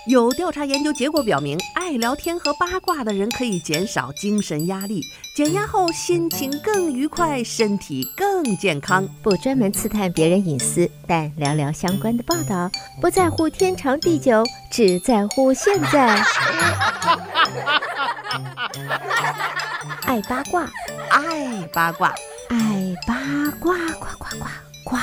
有调查研究结果表明，爱聊天和八卦的人可以减少精神压力，减压后心情更愉快，身体更健康。 不专门刺探别人隐私，但聊聊相关的报道，不在乎天长地久，只在乎现在。爱八卦， 爱八卦， 爱八卦，呱呱呱呱。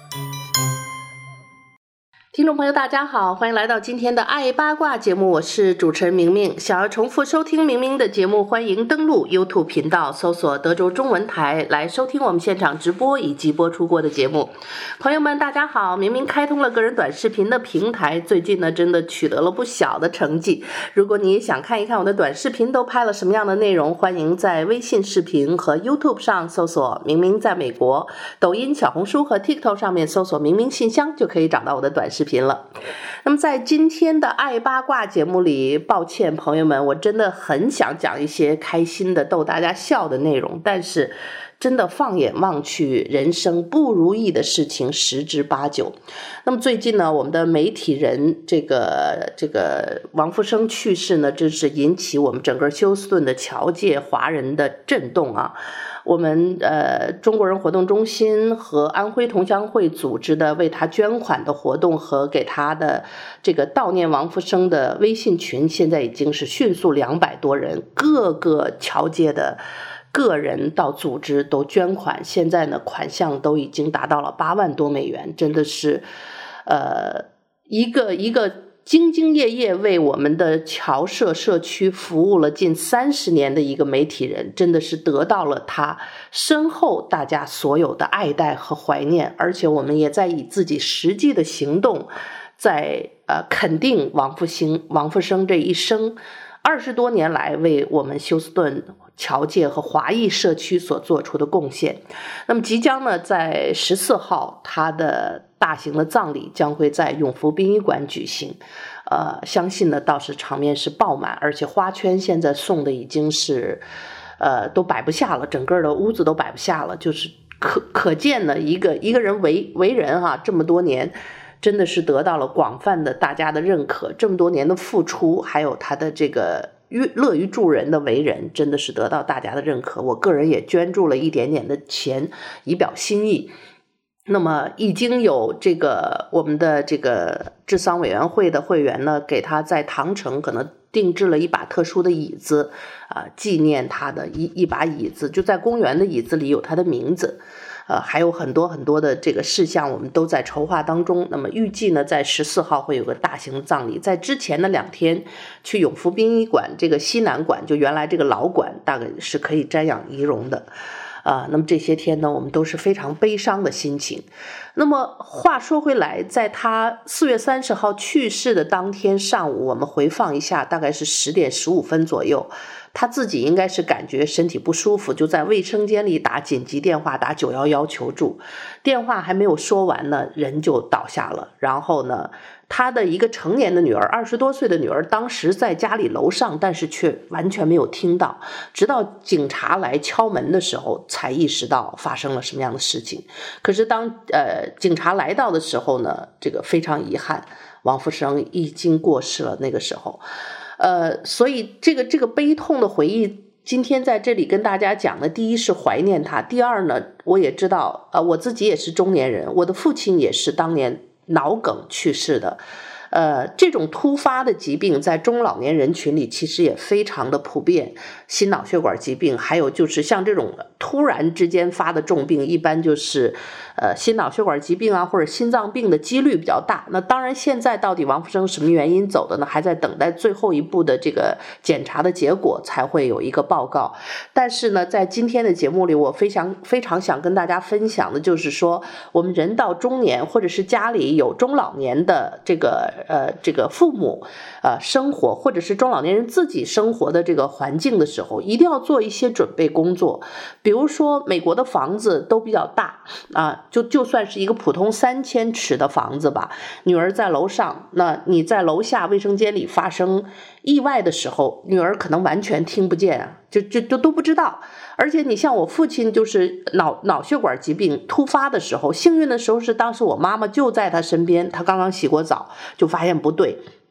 听众朋友大家好，欢迎来到今天的爱八卦节目，我是主持人明明。想要重复收听明明的节目，欢迎登录 YouTube 频道搜索德州中文台来收听我们现场直播以及播出过的节目。朋友们大家好，明明开通了个人短视频的平台，最近呢真的取得了不小的成绩。如果你也想看一看我的短视频都拍了什么样的内容，欢迎在微信视频和 YouTube 上搜索明明在美国，抖音、小红书和 TikTok 上面搜索明明信箱就可以找到我的短视频了。那么在今天的爱八卦节目里，抱歉朋友们，我真的很想讲一些开心的逗大家笑的内容，但是真的放眼望去，人生不如意的事情十之八九。那么最近呢，我们的媒体人这个王福生去世呢，真是引起我们整个休斯顿的侨界华人的震动啊。我们中国人活动中心和安徽同乡会组织的为他捐款的活动和给他的这个悼念王福生的微信群，现在已经是迅速200多人，各个侨界的个人到组织都捐款，现在呢款项都已经达到了8万多美元，真的是一个兢兢业业为我们的侨社社区服务了近30年的一个媒体人，真的是得到了他身后大家所有的爱戴和怀念，而且我们也在以自己实际的行动在肯定王福生这一生20多年来为我们休斯顿侨界和华裔社区所做出的贡献。那么即将呢，在14号，他的大型的葬礼将会在永福殡仪馆举行。相信呢，倒是场面是爆满，而且花圈现在送的已经是，都摆不下了，整个的屋子都摆不下了，就是可见呢，一个人为人哈，这么多年。真的是得到了广泛的大家的认可，这么多年的付出，还有他的这个乐于助人的为人，真的是得到大家的认可。我个人也捐助了一点点的钱以表心意。那么已经有这个我们的这个治丧委员会的会员呢，给他在唐城可能定制了一把特殊的椅子，纪念他的一把椅子，就在公园的椅子里有他的名字。还有很多很多的这个事项我们都在筹划当中。那么预计呢，在14号会有个大型的葬礼，在之前的2天去永福殡仪馆这个西南馆，就原来这个老馆大概是可以瞻仰遗容的。那么这些天呢，我们都是非常悲伤的心情。那么话说回来，在他4月30号去世的当天上午，我们回放一下，大概是10点15分左右，他自己应该是感觉身体不舒服，就在卫生间里打紧急电话，打911求助。电话还没有说完呢，人就倒下了。然后呢，他的一个成年的女儿，20多岁的女儿，当时在家里楼上，但是却完全没有听到，直到警察来敲门的时候才意识到发生了什么样的事情。可是当警察来到的时候呢，这个非常遗憾，王福生已经过世了。那个时候所以这个悲痛的回忆今天在这里跟大家讲的，第一是怀念他，第二呢，我也知道我自己也是中年人，我的父亲也是当年脑梗去世的。这种突发的疾病在中老年人群里其实也非常的普遍，心脑血管疾病，还有就是像这种突然之间发的重病，一般就是心脑血管疾病啊或者心脏病的几率比较大。那当然现在到底王福生什么原因走的呢，还在等待最后一步的这个检查的结果才会有一个报告。但是呢，在今天的节目里，我非常想跟大家分享的就是说，我们人到中年或者是家里有中老年的这个父母生活，或者是中老年人自己生活的这个环境的时候，一定要做一些准备工作。比如说美国的房子都比较大就算是一个普通3000尺的房子吧，女儿在楼上，那你在楼下卫生间里发生意外的时候，女儿可能完全听不见，就都不知道。而且你像我父亲就是脑血管疾病突发的时候，幸运的时候是当时我妈妈就在他身边，他刚刚洗过澡就发现不对，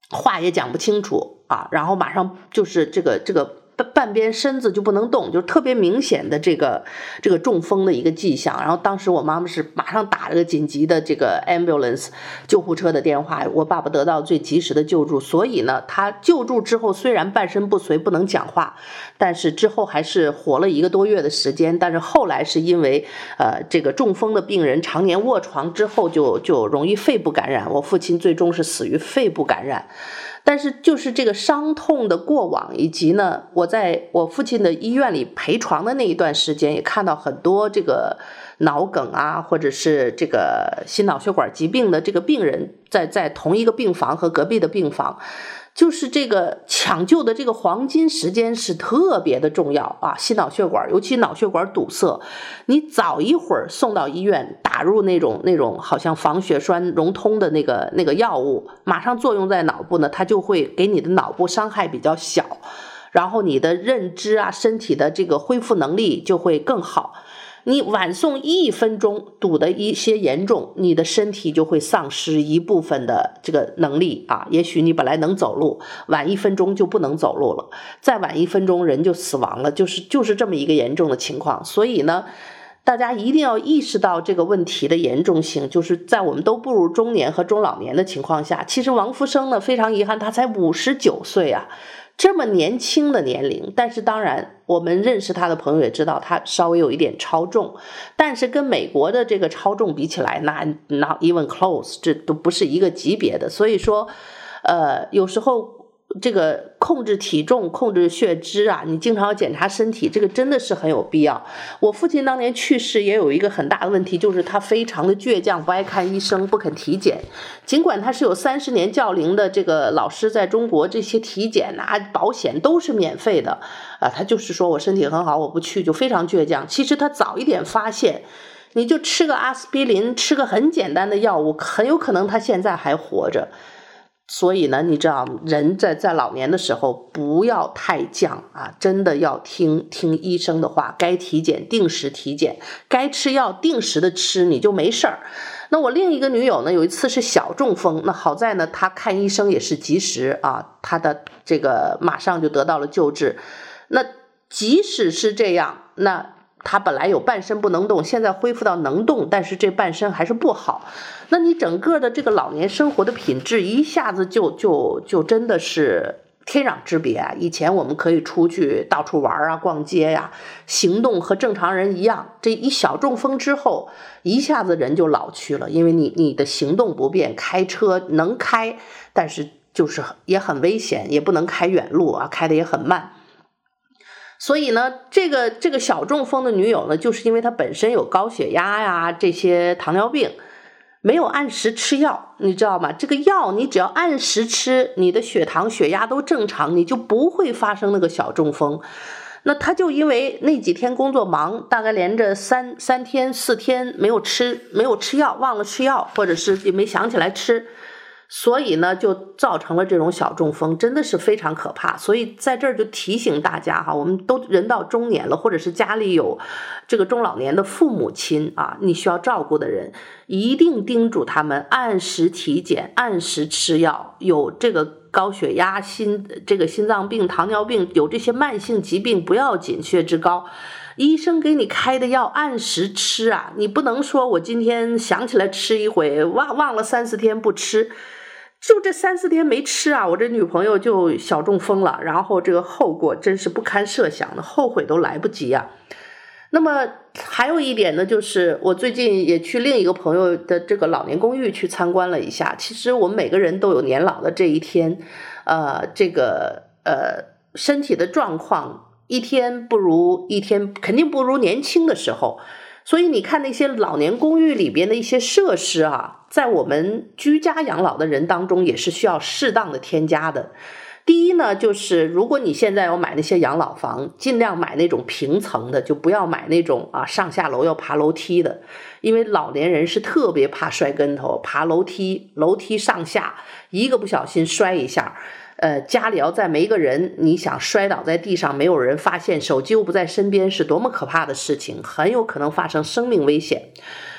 话也讲不清楚啊，然后马上就是这个半边身子就不能动，就特别明显的这个中风的一个迹象。然后当时我妈妈是马上打了个紧急的这个 ambulance 救护车的电话，我爸爸得到最及时的救助。所以呢，他救助之后虽然半身不遂不能讲话，但是之后还是活了1个多月的时间。但是后来是因为这个中风的病人常年卧床之后就容易肺部感染，我父亲最终是死于肺部感染。但是就是这个伤痛的过往，以及呢，我在我父亲的医院里陪床的那一段时间，也看到很多这个脑梗啊，或者是这个心脑血管疾病的这个病人在同一个病房和隔壁的病房，就是这个抢救的这个黄金时间是特别的重要啊！心脑血管，尤其脑血管堵塞，你早一会儿送到医院，打入那种好像防血栓溶通的那个药物，马上作用在脑部呢，它就会给你的脑部伤害比较小，然后你的认知啊，身体的这个恢复能力就会更好。你晚送1分钟，堵的一些严重，你的身体就会丧失一部分的这个能力啊。也许你本来能走路，晚1分钟就不能走路了，再晚1分钟人就死亡了，就是这么一个严重的情况。所以呢，大家一定要意识到这个问题的严重性，就是在我们都步入中年和中老年的情况下，其实王福生呢非常遗憾，他才59岁啊。这么年轻的年龄，但是当然我们认识他的朋友也知道他稍微有一点超重，但是跟美国的这个超重比起来，那 not even close， 这都不是一个级别的。所以说有时候这个控制体重控制血脂啊，你经常要检查身体，这个真的是很有必要。我父亲当年去世也有一个很大的问题，就是他非常的倔强，不爱看医生，不肯体检。尽管他是有30年教龄的这个老师，在中国这些体检啊保险都是免费的啊，他就是说我身体很好我不去，就非常倔强。其实他早一点发现，你就吃个阿司匹林，吃个很简单的药物，很有可能他现在还活着。所以呢，你知道人在老年的时候不要太犟啊，真的要听医生的话，该体检定时体检，该吃药定时的吃，你就没事儿。那我另一个女友呢，有一次是小中风，那好在呢她看医生也是及时啊，她的这个马上就得到了救治。那即使是这样，那他本来有半身不能动，现在恢复到能动，但是这半身还是不好。那你整个的这个老年生活的品质一下子就真的是天壤之别啊！以前我们可以出去到处玩啊，逛街呀，行动和正常人一样。这一小中风之后，一下子人就老去了，因为你的行动不便，开车能开，但是就是也很危险，也不能开远路啊，开得也很慢。所以呢，这个小中风的女友呢，就是因为她本身有高血压呀，这些糖尿病，没有按时吃药，你知道吗？这个药你只要按时吃，你的血糖血压都正常，你就不会发生那个小中风。那她就因为那几天工作忙，大概连着三天4天没有吃药，忘了吃药，或者是也没想起来吃，所以呢就造成了这种小中风，真的是非常可怕。所以在这儿就提醒大家哈，我们都人到中年了，或者是家里有这个中老年的父母亲啊，你需要照顾的人，一定叮嘱他们按时体检，按时吃药。有这个高血压、心脏病、糖尿病，有这些慢性疾病不要紧，血脂高，医生给你开的药按时吃啊，你不能说我今天想起来吃一回，忘了3-4天不吃。就这3-4天没吃啊，我这女朋友就小中风了，然后这个后果真是不堪设想的，后悔都来不及啊。那么还有一点呢，就是我最近也去另一个朋友的这个老年公寓去参观了一下。其实我们每个人都有年老的这一天，身体的状况一天不如一天，肯定不如年轻的时候。所以你看那些老年公寓里边的一些设施啊，在我们居家养老的人当中也是需要适当的添加的。第一呢，就是如果你现在要买那些养老房，尽量买那种平层的，就不要买那种上下楼要爬楼梯的，因为老年人是特别怕摔跟头，爬楼梯上下一个不小心摔一下，家里要再没一个人，你想摔倒在地上没有人发现，手机又不在身边，是多么可怕的事情，很有可能发生生命危险。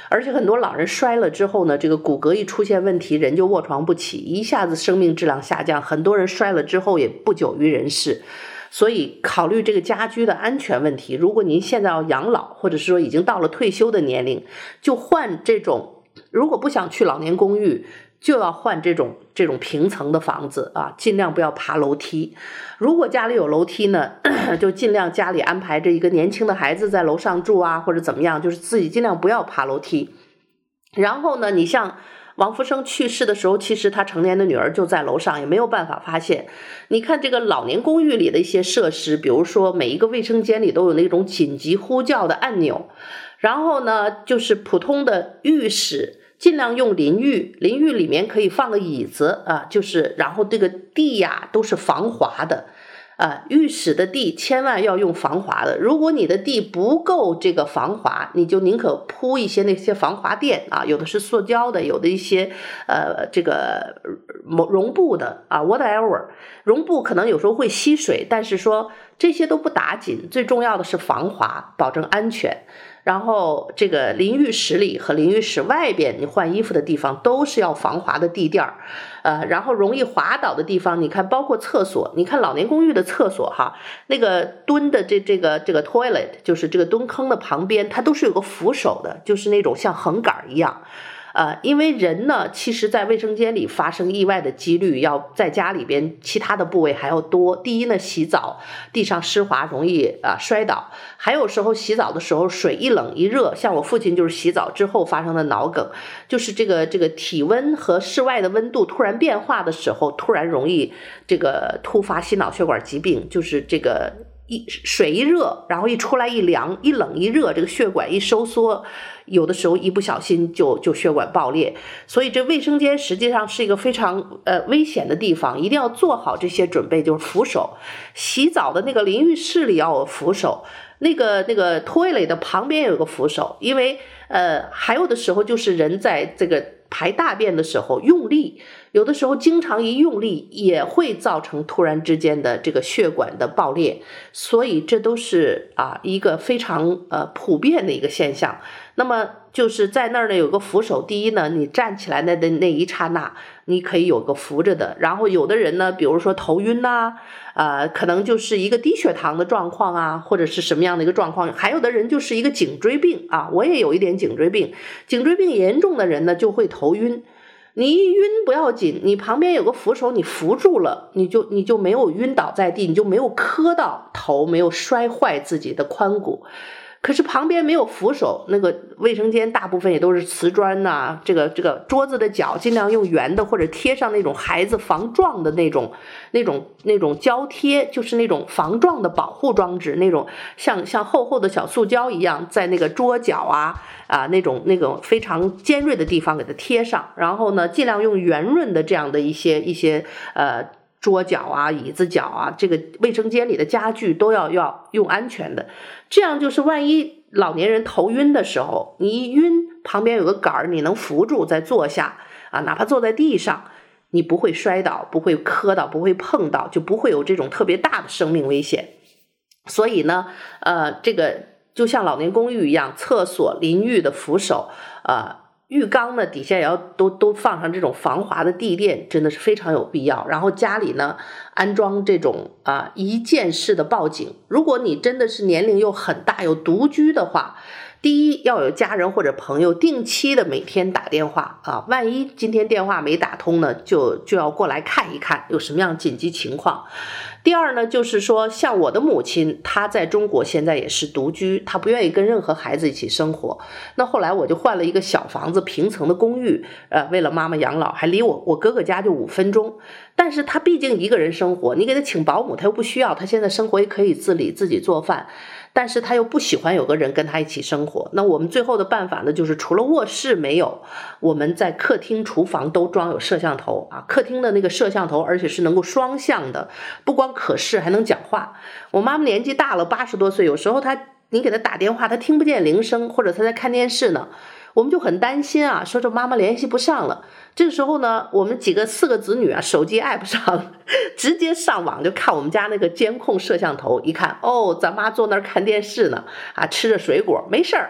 而且很多老人摔了之后呢，这个骨骼一出现问题，人就卧床不起，一下子生命质量下降，很多人摔了之后也不久于人世。所以考虑这个家居的安全问题，如果您现在要养老，或者是说已经到了退休的年龄，就换这种，如果不想去老年公寓，就要换这种平层的房子啊，尽量不要爬楼梯。如果家里有楼梯呢，就尽量家里安排着一个年轻的孩子在楼上住啊，或者怎么样，就是自己尽量不要爬楼梯。然后呢，你像王福生去世的时候，其实他成年的女儿就在楼上，也没有办法发现。你看这个老年公寓里的一些设施，比如说每一个卫生间里都有那种紧急呼叫的按钮，然后呢，就是普通的浴室尽量用淋浴，淋浴里面可以放个椅子啊，就是然后这个地呀都是防滑的。浴室的地千万要用防滑的，如果你的地不够这个防滑，你就宁可铺一些那些防滑垫啊，有的是塑胶的，有的一些这个绒布的啊 whatever， 绒布可能有时候会吸水，但是说这些都不打紧，最重要的是防滑，保证安全。然后这个淋浴室里和淋浴室外边你换衣服的地方都是要防滑的地垫然后容易滑倒的地方，你看包括厕所，你看老年公寓的厕所哈，那个蹲的这个 toilet， 就是这个蹲坑的旁边，它都是有个扶手的，就是那种像横杆一样。因为人呢，其实在卫生间里发生意外的几率要在家里边其他的部位还要多。第一呢，洗澡地上湿滑容易摔倒，还有时候洗澡的时候水一冷一热，像我父亲就是洗澡之后发生的脑梗，就是这个体温和室外的温度突然变化的时候，突然容易这个突发心脑血管疾病，就是这个水一热，然后一出来一凉，一冷一热，这个血管一收缩，有的时候一不小心就血管爆裂。所以这卫生间实际上是一个非常危险的地方，一定要做好这些准备，就是扶手。洗澡的那个淋浴室里要有扶手，那个 toilet 的旁边有个扶手，因为还有的时候就是人在这个排大便的时候用力，有的时候经常一用力也会造成突然之间的这个血管的爆裂，所以这都是一个非常普遍的一个现象。那么就是在那儿呢有个扶手，第一呢，你站起来的那一刹那你可以有个扶着的，然后有的人呢，比如说头晕可能就是一个低血糖的状况啊，或者是什么样的一个状况，还有的人就是一个颈椎病我也有一点颈椎病严重的人呢就会头晕。你一晕不要紧，你旁边有个扶手，你扶住了，你就没有晕倒在地，你就没有磕到头，没有摔坏自己的髋骨。可是旁边没有扶手，那个卫生间大部分也都是瓷砖这个桌子的角尽量用圆的，或者贴上那种孩子防撞的那种胶贴，就是那种防撞的保护装置，那种像厚厚的小塑胶一样，在那个桌角那种非常尖锐的地方给它贴上，然后呢尽量用圆润的这样的一些桌角椅子角这个卫生间里的家具都要用安全的，这样就是万一老年人头晕的时候，你一晕旁边有个杆儿，你能扶住再坐下哪怕坐在地上，你不会摔倒，不会磕到，不会碰到，就不会有这种特别大的生命危险。所以呢这个就像老年公寓一样，厕所淋浴的扶手浴缸呢底下也要都放上这种防滑的地垫，真的是非常有必要。然后家里呢安装这种一键式的报警，如果你真的是年龄又很大有独居的话，第一要有家人或者朋友定期的每天打电话万一今天电话没打通呢，就要过来看一看有什么样紧急情况。第二呢，就是说像我的母亲，她在中国现在也是独居，她不愿意跟任何孩子一起生活。那后来我就换了一个小房子，平层的公寓，为了妈妈养老，还离我哥哥家就5分钟。但是她毕竟一个人生活，你给她请保姆她又不需要，她现在生活也可以自理，自己做饭，但是她又不喜欢有个人跟她一起生活。那我们最后的办法呢，就是除了卧室没有，我们在客厅厨房都装有摄像头客厅的那个摄像头，而且是能够双向的，不光可视还能讲话。我妈妈年纪大了80多岁，有时候你给她打电话她听不见铃声，或者她在看电视呢，我们就很担心说这妈妈联系不上了。这个时候呢，我们4个子女手机爱不上，直接上网就看我们家那个监控摄像头，一看咱妈坐那儿看电视呢吃着水果没事儿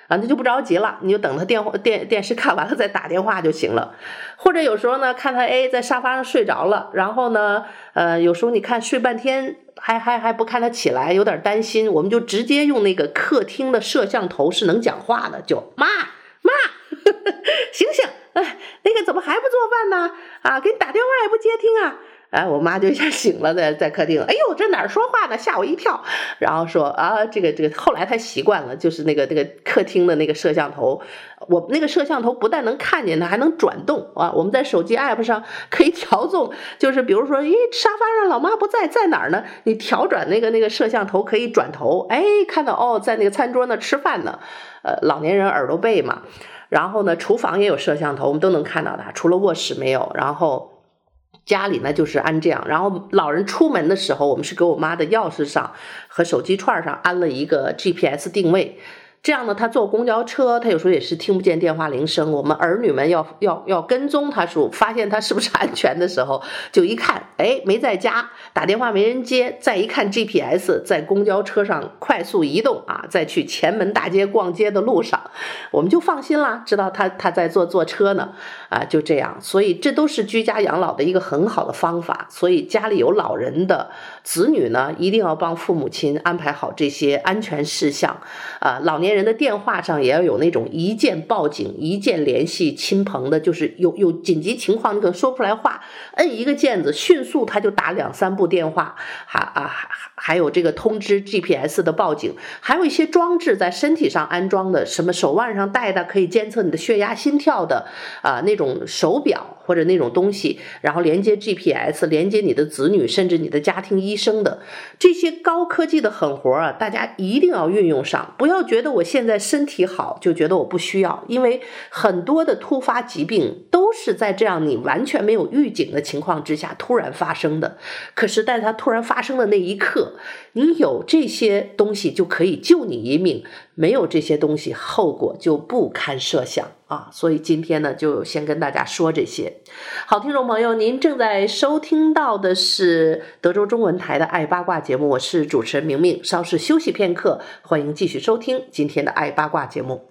啊，那就不着急了，你就等他电视看完了再打电话就行了。或者有时候呢，看他在沙发上睡着了，然后呢，有时候你看睡半天还不看他起来，有点担心，我们就直接用那个客厅的摄像头是能讲话的，就妈醒醒，那个怎么还不做饭呢？啊，给你打电话也不接听啊。我妈就一下醒了，在客厅，哎呦，这哪儿说话呢，吓我一跳。然后说啊，这个，后来她习惯了，就是那个客厅的那个摄像头，我那个摄像头不但能看见它，还能转动啊。我们在手机 app 上可以调纵，就是比如说，沙发上老妈不在哪儿呢？你调转那个摄像头可以转头，看到在那个餐桌那吃饭呢。老年人耳朵背嘛。然后呢，厨房也有摄像头，我们都能看到它，除了卧室没有。然后家里呢就是安这样，然后老人出门的时候，我们是给我妈的钥匙上和手机串上安了一个 GPS 定位。这样呢，他坐公交车，他有时候也是听不见电话铃声。我们儿女们要跟踪他，说发现他是不是安全的时候，就一看，没在家，打电话没人接，再一看 GPS， 在公交车上快速移动啊，再去前门大街逛街的路上，我们就放心了，知道他在坐车呢，就这样。所以这都是居家养老的一个很好的方法。所以家里有老人的子女呢，一定要帮父母亲安排好这些安全事项。老年人的电话上也要有那种一键报警、一键联系亲朋的，就是有紧急情况，你可能说不出来话，摁一个键子，迅速他就打2-3部电话，还有这个通知 GPS 的报警，还有一些装置在身体上安装的，什么手腕上戴的可以监测你的血压、心跳的那种手表或者那种东西，然后连接 GPS， 连接你的子女，甚至你的家庭医生的这些高科技的狠活大家一定要运用上，不要觉得我现在身体好就觉得我不需要，因为很多的突发疾病都是在这样你完全没有预警的情况之下突然发生的。可是在它突然发生的那一刻，你有这些东西就可以救你一命，没有这些东西后果就不堪设想啊！所以今天呢，就先跟大家说这些。好，听众朋友，您正在收听到的是德州中文台的爱八卦节目，我是主持人明明，稍事休息片刻，欢迎继续收听今天的爱八卦节目。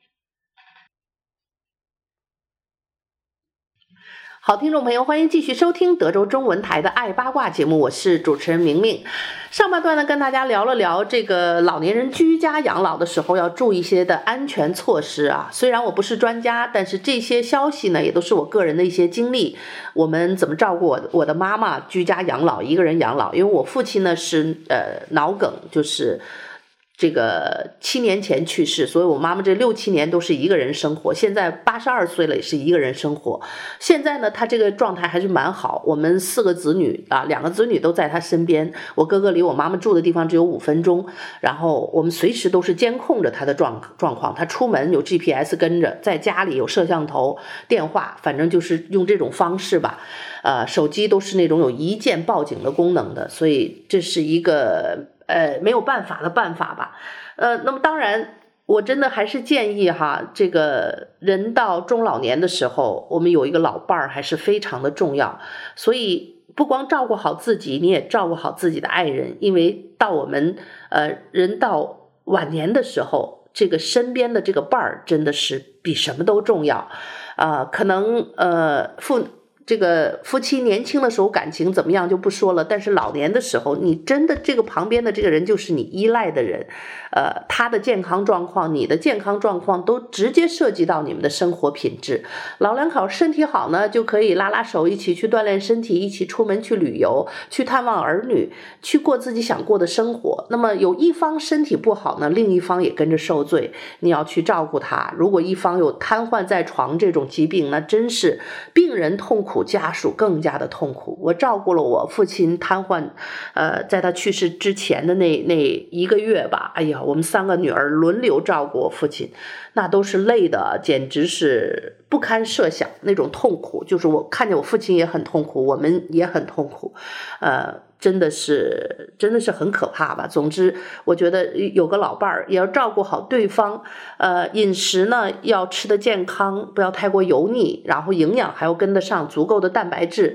好，听众朋友，欢迎继续收听德州中文台的爱八卦节目，我是主持人明明。上半段呢，跟大家聊了聊这个老年人居家养老的时候要注意一些的安全措施啊。虽然我不是专家，但是这些消息呢，也都是我个人的一些经历。我们怎么照顾我的妈妈居家养老，一个人养老？因为我父亲呢是脑梗，就是这个7年前去世，所以我妈妈这6-7年都是一个人生活，现在82岁了也是一个人生活。现在呢，她这个状态还是蛮好，我们4个子女2个子女都在她身边，我哥哥离我妈妈住的地方只有5分钟，然后我们随时都是监控着她的状况，她出门有 GPS 跟着，在家里有摄像头、电话，反正就是用这种方式吧。手机都是那种有一键报警的功能的，所以这是一个没有办法的办法吧。那么当然我真的还是建议这个人到中老年的时候，我们有一个老伴儿还是非常的重要。所以不光照顾好自己，你也照顾好自己的爱人，因为到我们人到晚年的时候，这个身边的这个伴儿真的是比什么都重要。可能这个夫妻年轻的时候感情怎么样就不说了，但是老年的时候，你真的这个旁边的这个人就是你依赖的人，他的健康状况、你的健康状况都直接涉及到你们的生活品质。老两口身体好呢，就可以拉拉手，一起去锻炼身体，一起出门去旅游，去探望儿女，去过自己想过的生活。那么有一方身体不好呢，另一方也跟着受罪，你要去照顾他。如果一方有瘫痪在床这种疾病，那真是病人痛苦，家属更加的痛苦。我照顾了我父亲瘫痪，在他去世之前的那1个月吧，哎呀，我们3个女儿轮流照顾我父亲，那都是累的，简直是不堪设想那种痛苦。就是我看见我父亲也很痛苦，我们也很痛苦，真的是很可怕吧。总之我觉得有个老伴儿也要照顾好对方，饮食呢要吃得健康，不要太过油腻，然后营养还要跟得上，足够的蛋白质。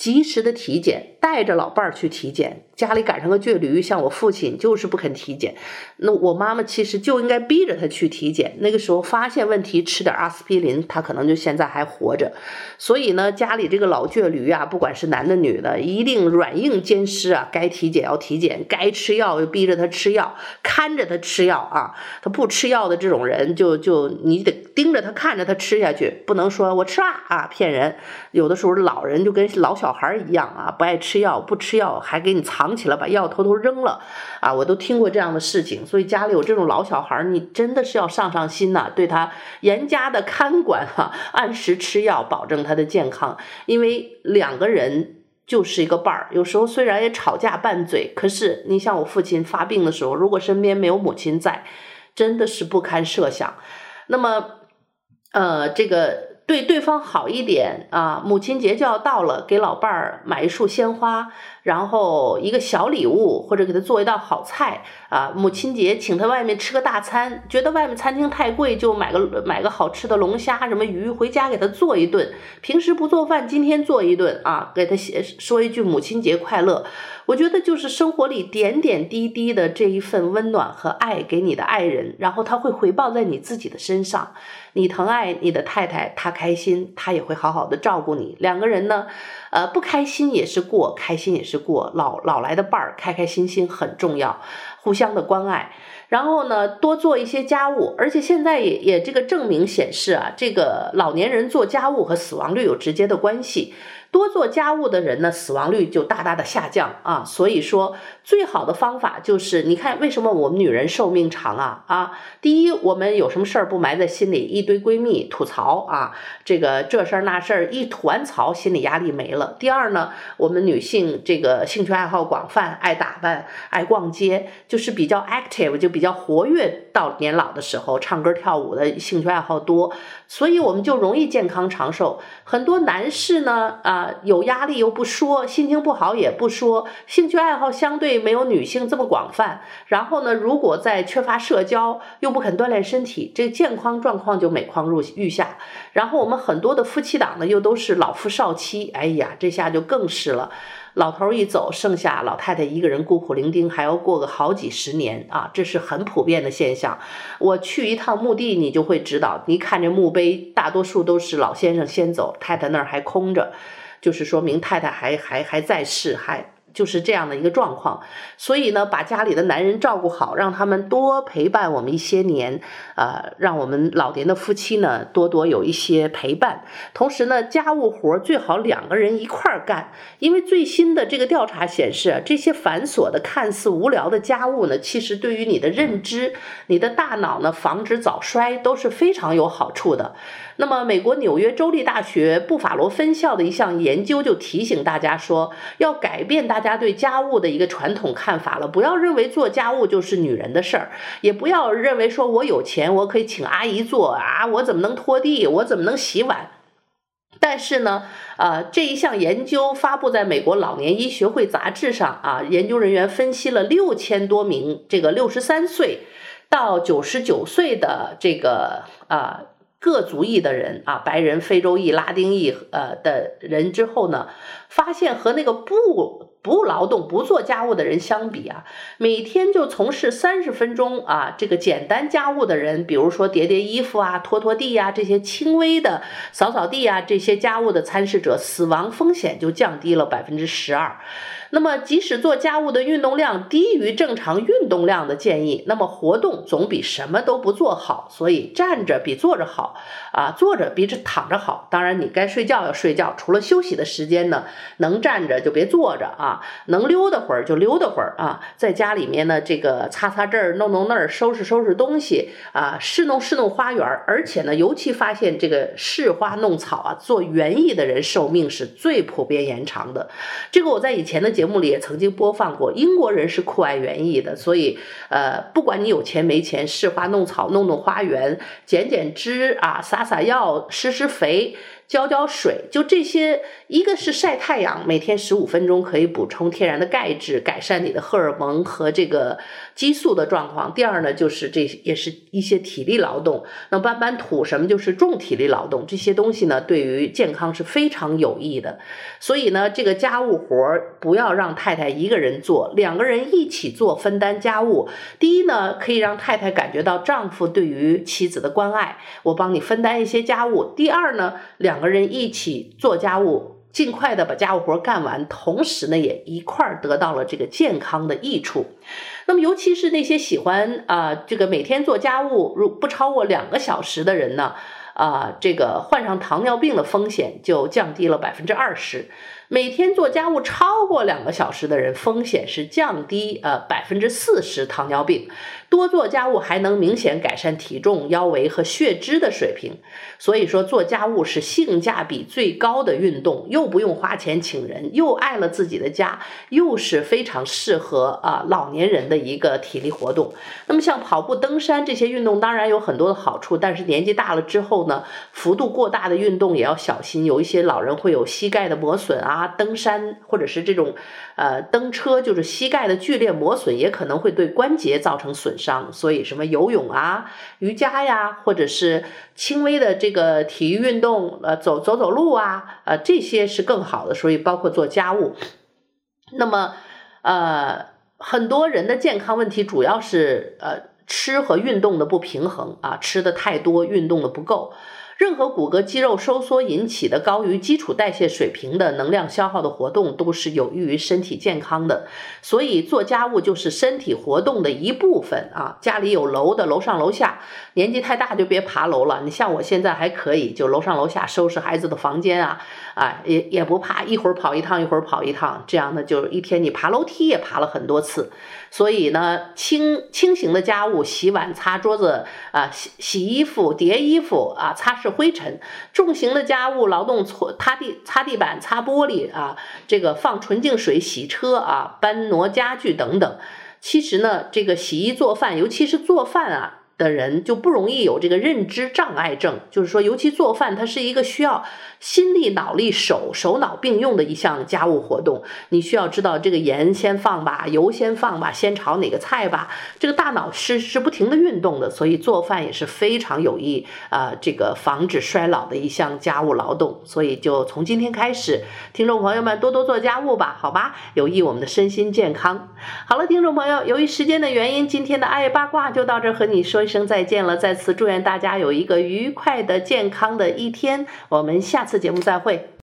及时的体检，带着老伴儿去体检。家里赶上个倔驴，像我父亲就是不肯体检，那我妈妈其实就应该逼着他去体检。那个时候发现问题，吃点阿司匹林，他可能就现在还活着。所以呢，家里这个老倔驴啊，不管是男的女的，一定软硬兼施啊，该体检要体检，该吃药又逼着他吃药，看着他吃药啊。他不吃药的这种人，就你得盯着他，看着他吃下去，不能说我吃啊骗人。有的时候老人就跟老小孩一样啊，不爱吃药，不吃药还给你藏起来，把药偷偷扔了啊！我都听过这样的事情。所以家里有这种老小孩，你真的是要上心呐，对他严加的看管啊，按时吃药，保证他的健康。因为两个人就是一个伴儿，有时候虽然也吵架拌嘴，可是你像我父亲发病的时候，如果身边没有母亲在，真的是不堪设想。那么这个对对方好一点啊，母亲节就要到了，给老伴儿买一束鲜花，然后一个小礼物，或者给他做一道好菜啊。母亲节请他外面吃个大餐，觉得外面餐厅太贵，就买个好吃的龙虾什么鱼回家给他做一顿。平时不做饭，今天做一顿啊，给他说一句母亲节快乐。我觉得就是生活里点点滴滴的这一份温暖和爱给你的爱人，然后他会回报在你自己的身上。你疼爱你的太太，她开心，她也会好好的照顾你。两个人呢，不开心也是过，开心也是过。老来的伴儿，开开心心很重要，互相的关爱。然后呢，多做一些家务，而且现在也这个证明显示啊，这个老年人做家务和死亡率有直接的关系。多做家务的人呢，死亡率就大大的下降啊。所以说最好的方法就是，你看为什么我们女人寿命长啊？第一，我们有什么事儿不埋在心里，一堆闺蜜吐槽啊，这事儿那事儿一吐完槽，心理压力没了。第二呢，我们女性这个兴趣爱好广泛，爱打扮，爱逛街，就是比较 active， 就比较活跃，到年老的时候唱歌跳舞的兴趣爱好多，所以我们就容易健康长寿。很多男士呢有压力又不说，心情不好也不说，兴趣爱好相对没有女性这么广泛。然后呢，如果在缺乏社交又不肯锻炼身体，这健康状况就每况愈下。然后我们很多的夫妻档呢又都是老夫少妻，哎呀，这下就更是了。老头一走，剩下老太太一个人孤苦伶仃，还要过个好几十年啊，这是很普遍的现象。我去一趟墓地，你就会知道，你看这墓碑，大多数都是老先生先走，太太那儿还空着，就是说明太太还在世，就是这样的一个状况。所以呢，把家里的男人照顾好，让他们多陪伴我们一些年，让我们老年的夫妻呢多有一些陪伴。同时呢，家务活最好两个人一块儿干，因为最新的这个调查显示，这些繁琐的看似无聊的家务呢，其实对于你的认知、你的大脑呢，防止早衰都是非常有好处的。那么美国纽约州立大学布法罗分校的一项研究就提醒大家说，要改变大家对家务的一个传统看法了，不要认为做家务就是女人的事儿，也不要认为说我有钱我可以请阿姨做啊，我怎么能拖地，我怎么能洗碗。但是呢，这一项研究发布在美国老年医学会杂志上啊，研究人员分析了6000多名这个63岁到99岁的这个各族裔的人啊，白人、非洲裔、拉丁裔的人之后呢，发现和那个不劳动、不做家务的人相比啊，每天就从事30分钟啊这个简单家务的人，比如说叠叠衣服啊、拖地啊，这些轻微的扫地啊，这些家务的参事者，死亡风险就降低了12%。那么即使做家务的运动量低于正常运动量的建议，那么活动总比什么都不做好。所以站着比坐着好啊，坐着比躺着好。当然你该睡觉要睡觉，除了休息的时间呢，能站着就别坐着啊，能溜达会儿就溜达会儿啊。在家里面呢，这个擦这儿弄那儿，收拾东西啊，侍弄花园。而且呢，尤其发现这个侍花弄草啊，做园艺的人寿命是最普遍延长的。这个我在以前的节目里也曾经播放过，英国人是酷爱园艺的，所以不管你有钱没钱，侍花弄草、弄花园、剪枝啊、撒药、施肥， 浇水，就这些，一个是晒太阳，每天15分钟可以补充天然的钙质，改善你的荷尔蒙和这个激素的状况。第二呢，就是这也是一些体力劳动，那搬搬土什么就是重体力劳动，这些东西呢对于健康是非常有益的。所以呢，这个家务活不要让太太一个人做，2个人一起做，分担家务。第一呢，可以让太太感觉到丈夫对于妻子的关爱，我帮你分担一些家务。第二呢，2个人一起做家务，尽快的把家务活干完，同时呢也一块儿得到了这个健康的益处。那么尤其是那些喜欢这个每天做家务不超过2个小时的人呢，这个患上糖尿病的风险就降低了20%。每天做家务超过2个小时的人，风险是降低40%糖尿病。多做家务还能明显改善体重、腰围和血脂的水平。所以说做家务是性价比最高的运动，又不用花钱请人，又爱了自己的家，又是非常适合老年人的一个体力活动。那么像跑步、登山这些运动当然有很多的好处，但是年纪大了之后呢，幅度过大的运动也要小心，有一些老人会有膝盖的磨损登山或者是这种登车，就是膝盖的剧烈磨损，也可能会对关节造成损伤。所以什么游泳瑜伽呀，或者是轻微的这个体育运动，走走路这些是更好的。所以包括做家务。那么很多人的健康问题主要是吃和运动的不平衡吃的太多，运动的不够。任何骨骼肌肉收缩引起的高于基础代谢水平的能量消耗的活动都是有益于身体健康的。所以做家务就是身体活动的一部分家里有楼的，楼上楼下，年纪太大就别爬楼了。你像我现在还可以，就楼上楼下收拾孩子的房间也不怕，一会儿跑一趟一会儿跑一趟，这样呢就一天你爬楼梯也爬了很多次。所以呢，轻型的家务，洗碗、擦桌子洗衣服、叠衣服擦拭灰尘；重型的家务劳动，擦地板、擦玻璃这个放纯净水洗车搬挪家具等等。其实呢，这个洗衣做饭，尤其是做饭的人就不容易有这个认知障碍症，就是说尤其做饭它是一个需要心力脑力手脑并用的一项家务活动。你需要知道这个盐先放吧，油先放吧，先炒哪个菜吧，这个大脑是不停的运动的。所以做饭也是非常有益这个防止衰老的一项家务劳动。所以就从今天开始，听众朋友们多多做家务吧，好吧，有益我们的身心健康。好了，听众朋友，由于时间的原因，今天的爱八卦就到这儿，和你说一声再见了。再次祝愿大家有一个愉快的健康的一天，我们下次节目再会。